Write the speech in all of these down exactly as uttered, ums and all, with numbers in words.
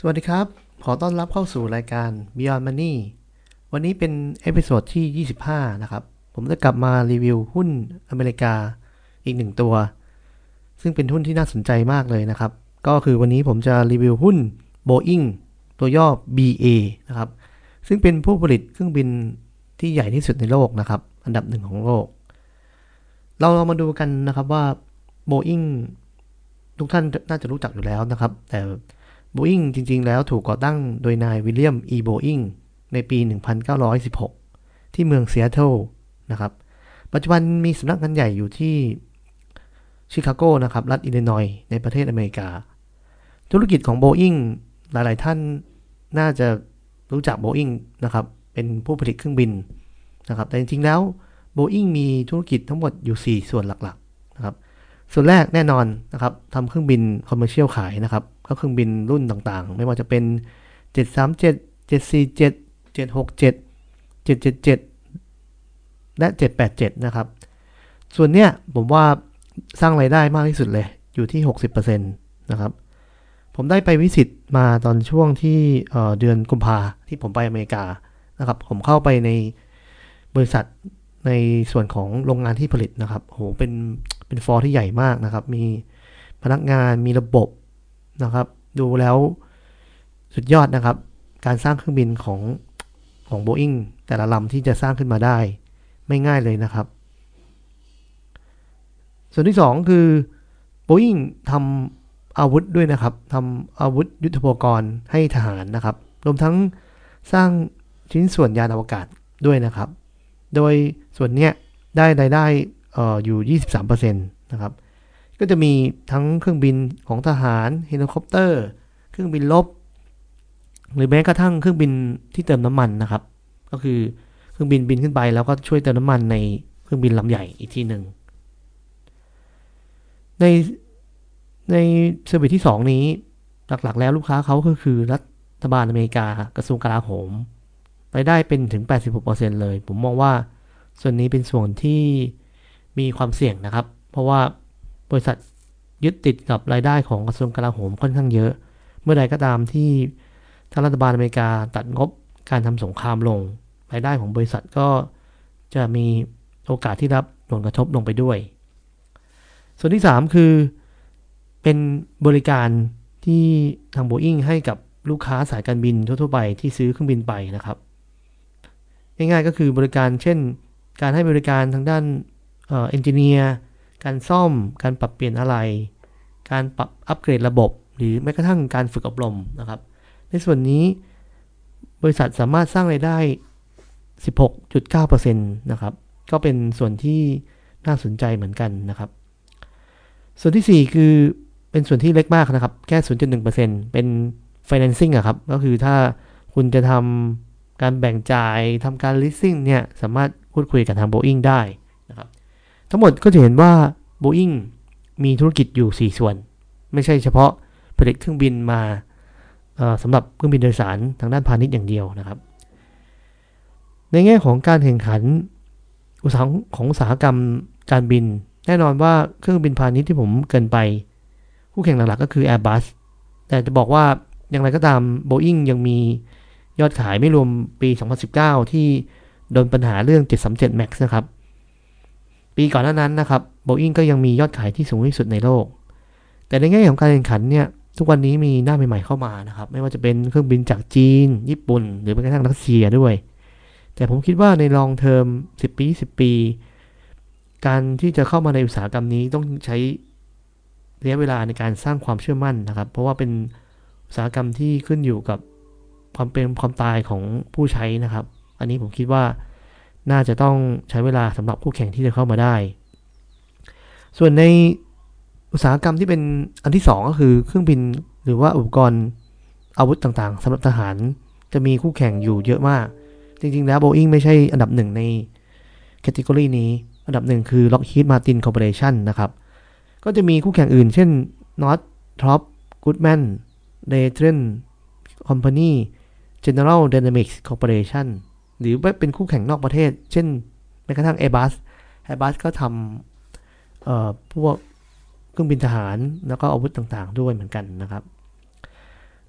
สวัสดีครับขอต้อนรับเข้าสู่รายการ Beyond Money วันนี้เป็นเอพิโซดที่ยี่สิบห้านะครับผมจะกลับมารีวิวหุ้นอเมริกาอีกหนึ่งตัวซึ่งเป็นหุ้นที่น่าสนใจมากเลยนะครับก็คือวันนี้ผมจะรีวิวหุ้น Boeing ตัวย่อ บี เอ นะครับซึ่งเป็นผู้ผลิตเครื่องบินที่ใหญ่ที่สุดในโลกนะครับอันดับหนึ่งของโลกเราเรามาดูกันนะครับว่า Boeing ทุกท่านน่าจะรู้จักอยู่แล้วนะครับแต่ Boeing จริงๆแล้วถูกก่อตั้งโดยนายวิลเลียม อี โบอิงในปี หนึ่งพันเก้าร้อยสิบหก ที่เมืองซีแอตเทิลนะครับปัจจุบันมีสำนักงานใหญ่อยู่ที่ชิคาโกนะครับรัฐอิลลินอยส์ในประเทศอเมริกาธุรกิจของ Boeing หลายๆท่านน่าจะรู้จัก Boeing นะครับเป็นผู้ผลิตเครื่องบินนะครับแต่จริงๆแล้ว Boeing มีธุรกิจทั้งหมดอยู่สี่ส่วนหลักๆนะครับส่วนแรกแน่นอนนะครับทำเครื่องบินคอมเมอร์เชียลขายนะครับก็เครื่องบินรุ่นต่างๆไม่ว่าจะเป็นเจ็ดสามเจ็ด เจ็ดสี่เจ็ด เจ็ดหกเจ็ด เจ็ดเจ็ดเจ็ดและเจ็ดแปดเจ็ดนะครับส่วนเนี้ยผมว่าสร้างรายได้มากที่สุดเลยอยู่ที่ หกสิบเปอร์เซ็นต์ นะครับผมได้ไปวิสิตมาตอนช่วงที่เเดือนกุมภาที่ผมไปอเมริกานะครับผมเข้าไปในบริษัทในส่วนของโรงงานที่ผลิตนะครับโหเป็นเป็นฟลอร์ที่ใหญ่มากนะครับมีพนักงานมีระบบนะครับดูแล้วสุดยอดนะครับการสร้างเครื่องบินของของ Boeing แต่ละลำที่จะสร้างขึ้นมาได้ไม่ง่ายเลยนะครับส่วนที่สองคือ Boeing ทำอาวุธด้วยนะครับทำอาวุธยุทโธปกรณ์ให้ทหารนะครับรวมทั้งสร้างชิ้นส่วนยานอวกาศด้วยนะครับโดยส่วนเนี้ยได้รายได้เอ่ออยู่ ยี่สิบสามเปอร์เซ็นต์ นะครับก็จะมีทั้งเครื่องบินของทหารเฮลิคอปเตอร์เครื่องบินรบหรือแม้กระทั่งเครื่องบินที่เติมน้ำมันนะครับก็คือเครื่องบินบินขึ้นไปแล้วก็ช่วยเติมน้ำมันในเครื่องบินลำใหญ่อีกทีหนึ่งในในเซอร์วิสที่สองนี้หลักๆแล้วลูกค้าเขาก็คือรัฐบาลอเมริกากระทรวงกลาโหมรายได้เป็นถึง แปดสิบหกเปอร์เซ็นต์ เลยผมมองว่าส่วนนี้เป็นส่วนที่มีความเสี่ยงนะครับเพราะว่าบริษัทยึดติดกับรายได้ของกระทรวงกลาโหมค่อนข้างเยอะเมื่อใดก็ตามที่ทางรัฐบาลอเมริกาตัดงบการทำสงครามลงรายได้ของบริษัทก็จะมีโอกาสที่รับผลกระทบลงไปด้วยส่วนที่สามคือเป็นบริการที่ทาง Boeing ให้กับลูกค้าสายการบินทั่วๆไปที่ซื้อเครื่องบินไปนะครับง่ายๆก็คือบริการเช่นการให้บริการทางด้านเอ่อเอนจิเนียร์การซ่อมการปรับเปลี่ยนอะไรการปรับอัปเกรดระบบหรือแม้กระทั่งการฝึกอบรมนะครับในส่วนนี้บริษัทสามารถสร้างรายได้ สิบหกจุดเก้าเปอร์เซ็นต์ นะครับก็เป็นส่วนที่น่าสนใจเหมือนกันนะครับส่วนที่สี่คือเป็นส่วนที่เล็กมากนะครับแค่ ศูนย์จุดหนึ่งเปอร์เซ็นต์ เป็น financing อะครับก็คือถ้าคุณจะทำการแบ่งจ่ายทำการ leasing เนี่ยสามารถพูดคุยกับทาง Boeing ได้นะครับทั้งหมดก็จะเห็นว่า Boeing มีธุรกิจอยู่สี่ส่วนไม่ใช่เฉพาะผลิตเครื่องบินมาสำหรับเครื่องบินโดยสารทางด้านพาณิชย์อย่างเดียวนะครับในแง่ของการแข่งขันอุตสาหของอุตสาหกรรมการบินแน่นอนว่าเครื่องบินพาณิชย์ที่ผมเกินไปคู่แข่งหลักๆก็คือ Airbus แต่จะบอกว่าอย่างไรก็ตาม Boeing ยังมียอดขายไม่รวมปีสองพันสิบเก้าที่โดนปัญหาเรื่องเจ็ดสามเจ็ด Max นะครับปีก่อนหน้านั้นนะครับ Boeing ก็ยังมียอดขายที่สูงที่สุดในโลกแต่ในแง่ของการแข่งขันเนี่ยทุกวันนี้มีหน้าใหม่ๆเข้ามานะครับไม่ว่าจะเป็นเครื่องบินจากจีนญี่ปุ่นหรือแม้กระทั่งรัสเซียด้วยแต่ผมคิดว่าในลองเทอมสิบปีสิบปีการที่จะเข้ามาในอุตสาหกรรมนี้ต้องใช้ระยะเวลาในการสร้างความเชื่อมั่นนะครับเพราะว่าเป็นอุตสาหกรรมที่ขึ้นอยู่กับความเป็นความตายของผู้ใช้นะครับอันนี้ผมคิดว่าน่าจะต้องใช้เวลาสำหรับคู่แข่งที่จะเข้ามาได้ส่วนในอุตสาหกรรมที่เป็นอันที่สองก็คือเครื่องบินหรือว่าอุปกรณ์อาวุธต่างๆสำหรับทหารจะมีคู่แข่งอยู่เยอะมากจริงๆแล้ว Boeing ไม่ใช่อันดับหนึ่งในแคตตากรีนี้อันดับหนึ่งคือ Lockheed Martin Corporation นะครับก็จะมีคู่แข่งอื่นเช่น Northrop Grumman Raytheon Company General Dynamics Corporation หรือเป็นคู่แข่งนอกประเทศเช่นแม้กระทั่ง Airbus Airbus ก็ทำเอ่อพวกเครื่องบินทหารแล้วก็อาวุธต่างๆด้วยเหมือนกันนะครับ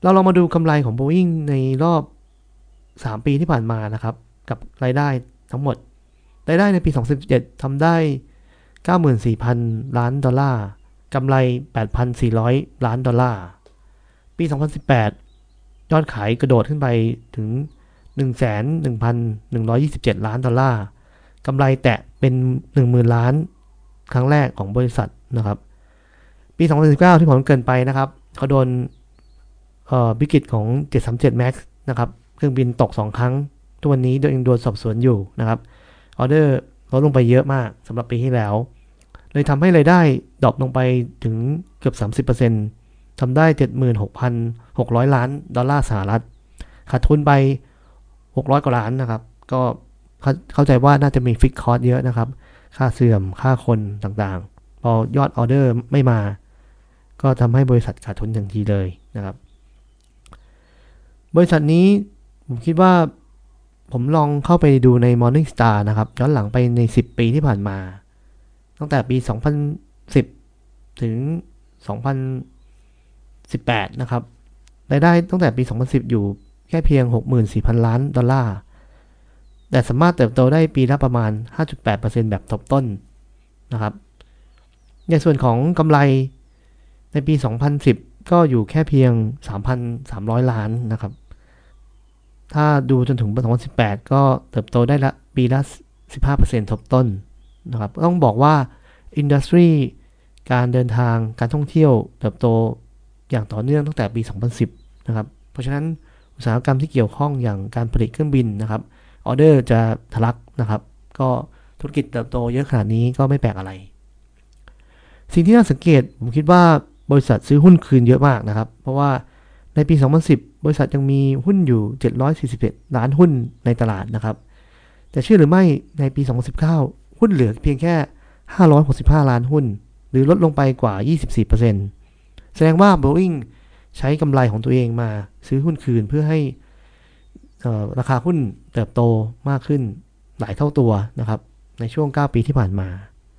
เราลองมาดูกำไรของ Boeing ในรอบสามปีที่ผ่านมานะครับกับรายได้ทั้งหมดรายได้ในปีสองพันสิบเจ็ดทำได้ เก้าหมื่นสี่พัน ล้านดอลลาร์กำไร แปดพันสี่ร้อย ล้านดอลลาร์ปีสองพันสิบแปดยอดขายกระโดดขึ้นไปถึง หนึ่งแสนหนึ่งพันหนึ่งร้อยยี่สิบเจ็ด ล้านดอลลาร์กำไรแตะเป็น หนึ่งหมื่น ล้านครั้งแรกของบริษัทนะครับปีสองพันสิบเก้าที่ผมเกินไปนะครับเขาโดนเอ่อวิกฤตของเจ็ดสามเจ็ด แม็กซ์ นะครับเครื่องบินตกสองครั้งทุกวันนี้โดยยังโดนสอบสวนอยู่นะครับออเดอร์ลดลงไปเยอะมากสำหรับปีที่แล้วเลยทำให้รายได้ดรอปลงไปถึงเกือบ สามสิบเปอร์เซ็นต์ ทำได้ เจ็ดหมื่นหกพันหกร้อย ล้านดอลลาร์สหรัฐขาดทุนไปหกร้อยกว่าล้านนะครับก็เข้าใจว่าน่าจะมีฟิกคอสเยอะนะครับค่าเสื่อมค่าคนต่างๆพอยอดออเดอร์ไม่มาก็ทำให้บริษัทขาดทุนทันทีเลยนะครับบริษัทนี้ผมคิดว่าผมลองเข้าไปดูใน Morningstar นะครับย้อนหลังไปในสิบปีที่ผ่านมาตั้งแต่ปีสองพันสิบถึงสองพันสิบแปดนะครับรายได้ตั้งแต่ปีสองพันสิบอยู่แค่เพียง หกหมื่นสี่พัน ล้านดอลลาร์แต่สามารถเติบโตได้ปีละประมาณ ห้าจุดแปดเปอร์เซ็นต์ แบบทบต้นนะครับในส่วนของกำไรในปีสองพันสิบก็อยู่แค่เพียง สามพันสามร้อย ล้านนะครับถ้าดูจนถึงปีสองพันสิบแปดก็เติบโตได้ละปีละ สิบห้าเปอร์เซ็นต์ ทบต้นนะครับต้องบอกว่าอินดัสทรีการเดินทางการท่องเที่ยวเติบโตอย่างต่อเนื่องตั้งแต่ปีสองพันสิบนะครับเพราะฉะนั้นอุตสาหกรรมที่เกี่ยวข้องอย่างการผลิตเครื่องบินนะครับออเดอร์จะทะลักนะครับก็ธุรกิจเติบโตเยอะขนาดนี้ก็ไม่แปลกอะไรสิ่งที่น่าสังเกตผมคิดว่าบริษัทซื้อหุ้นคืนเยอะมากนะครับเพราะว่าในปีสองพันสิบบริษัทยังมีหุ้นอยู่เจ็ดร้อยสี่สิบเอ็ดล้านหุ้นในตลาดนะครับแต่เชื่อหรือไม่ในปีสองพันสิบเก้าหุ้นเหลือเพียงแค่ห้าร้อยหกสิบห้าล้านหุ้นหรือลดลงไปกว่า ยี่สิบสี่เปอร์เซ็นต์ แสดงว่า Boeing ใช้กำไรของตัวเองมาซื้อหุ้นคืนเพื่อให้ราคาหุ้นเติบโตมากขึ้นหลายเท่าตัวนะครับในช่วงเก้าปีที่ผ่านมา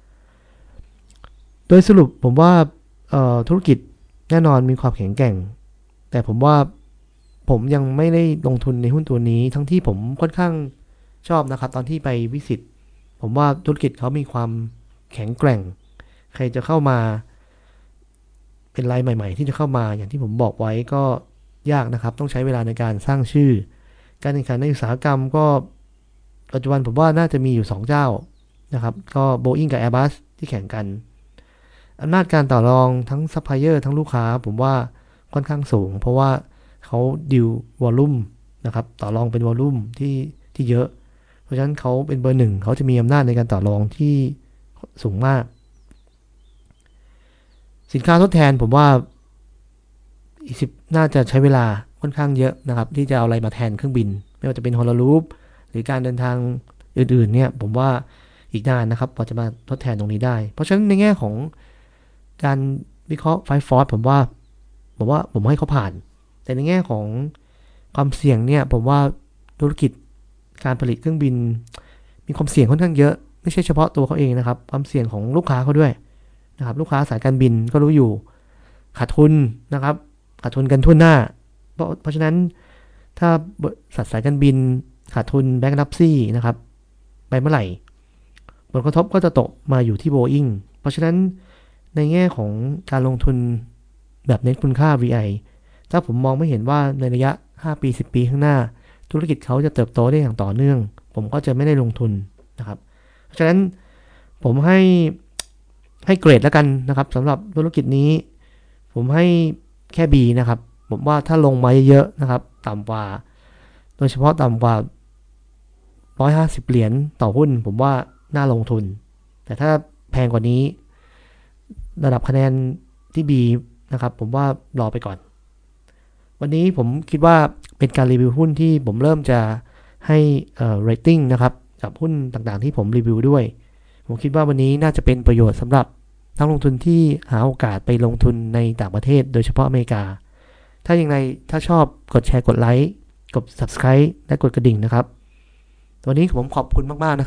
โดยสรุปผมว่าธุรกิจแน่นอนมีความแข็งแกร่งแต่ผมว่าผมยังไม่ได้ลงทุนในหุ้นตัวนี้ทั้งที่ผมค่อนข้างชอบนะครับตอนที่ไปวิสิตผมว่าธุรกิจเขามีความแข็งแกร่งใครจะเข้ามาเป็นรายใหม่ๆที่จะเข้ามาอย่างที่ผมบอกไว้ก็ยากนะครับต้องใช้เวลาในการสร้างชื่อการแข่งขันในอุตสาหกรรมก็ปัจจุบันผมว่าน่าจะมีอยู่สองเจ้านะครับก็ Boeing กับ Airbus ที่แข่งกันอำนาจการต่อรองทั้งซัพพลายเออร์ทั้งลูกค้าผมว่าค่อนข้างสูงเพราะว่าเขาดิววอลลุ่มนะครับต่อรองเป็นวอลลุ่มที่ที่เยอะเพราะฉะนั้นเขาเป็นเบอร์หนึ่งเขาจะมีอำนาจในการต่อรองที่สูงมากสินค้าทดแทนผมว่าอีกสิบน่าจะใช้เวลาค่อนข้างเยอะนะครับที่จะเอาอะไรมาแทนเครื่องบินไม่ว่าจะเป็นฮอลลูปหรือการเดินทางอื่นๆเนี่ยผมว่าอีกนานนะครับพอจะมาทดแทนตรงนี้ได้เพราะฉะนั้นในแง่ของการวิเคราะห์ไฟฟอร์สผมว่าผมว่าผมให้เขาผ่านแต่ในแง่ของความเสี่ยงเนี่ยผมว่าธุรกิจการผลิตเครื่องบินมีความเสี่ยงค่อนข้างเยอะไม่ใช่เฉพาะตัวเขาเองนะครับความเสี่ยงของลูกค้าเขาด้วยนะครับลูกค้าสายการบินก็รู้อยู่ขาดทุนนะครับขาดทุนกันทั่วหน้าเพราะเพราะฉะนั้นถ้าบริษัทสายการบินขาดทุนแบงก์รับซี่นะครับไปเมื่อไหร่ผลกระทบก็จะตกมาอยู่ที่ Boeing เพราะฉะนั้นในแง่ของการลงทุนแบบเน้นคุณค่า วี ไอ ถ้าผมมองไม่เห็นว่าในระยะห้าปีสิบปีข้างหน้าธุรกิจเขาจะเติบโตได้อย่างต่อเนื่องผมก็จะไม่ได้ลงทุนนะครับเพราะฉะนั้นผมให้ให้เกรดแล้วกันนะครับสำหรับธุรกิจนี้ผมให้แค่ B นะครับผมว่าถ้าลงมาเยอะๆนะครับต่ำกว่าโดยเฉพาะต่ำกว่าหนึ่งร้อยห้าสิบเหรียญต่อหุ้นผมว่าน่าลงทุนแต่ถ้าแพงกว่านี้ระดับคะแนนที่ B นะครับผมว่ารอไปก่อนวันนี้ผมคิดว่าเป็นการรีวิวหุ้นที่ผมเริ่มจะให้เอ่อ rating นะครับกับหุ้นต่างๆที่ผมรีวิวด้วยผมคิดว่าวันนี้น่าจะเป็นประโยชน์สำหรับนักลงทุนที่หาโอกาสไปลงทุนในต่างประเทศโดยเฉพาะอเมริกาถ้าอย่างไรถ้าชอบกดแชร์กดไลค์กด Subscribe และกดกระดิ่งนะครับวันนี้ผมขอบคุณมากๆนะครับ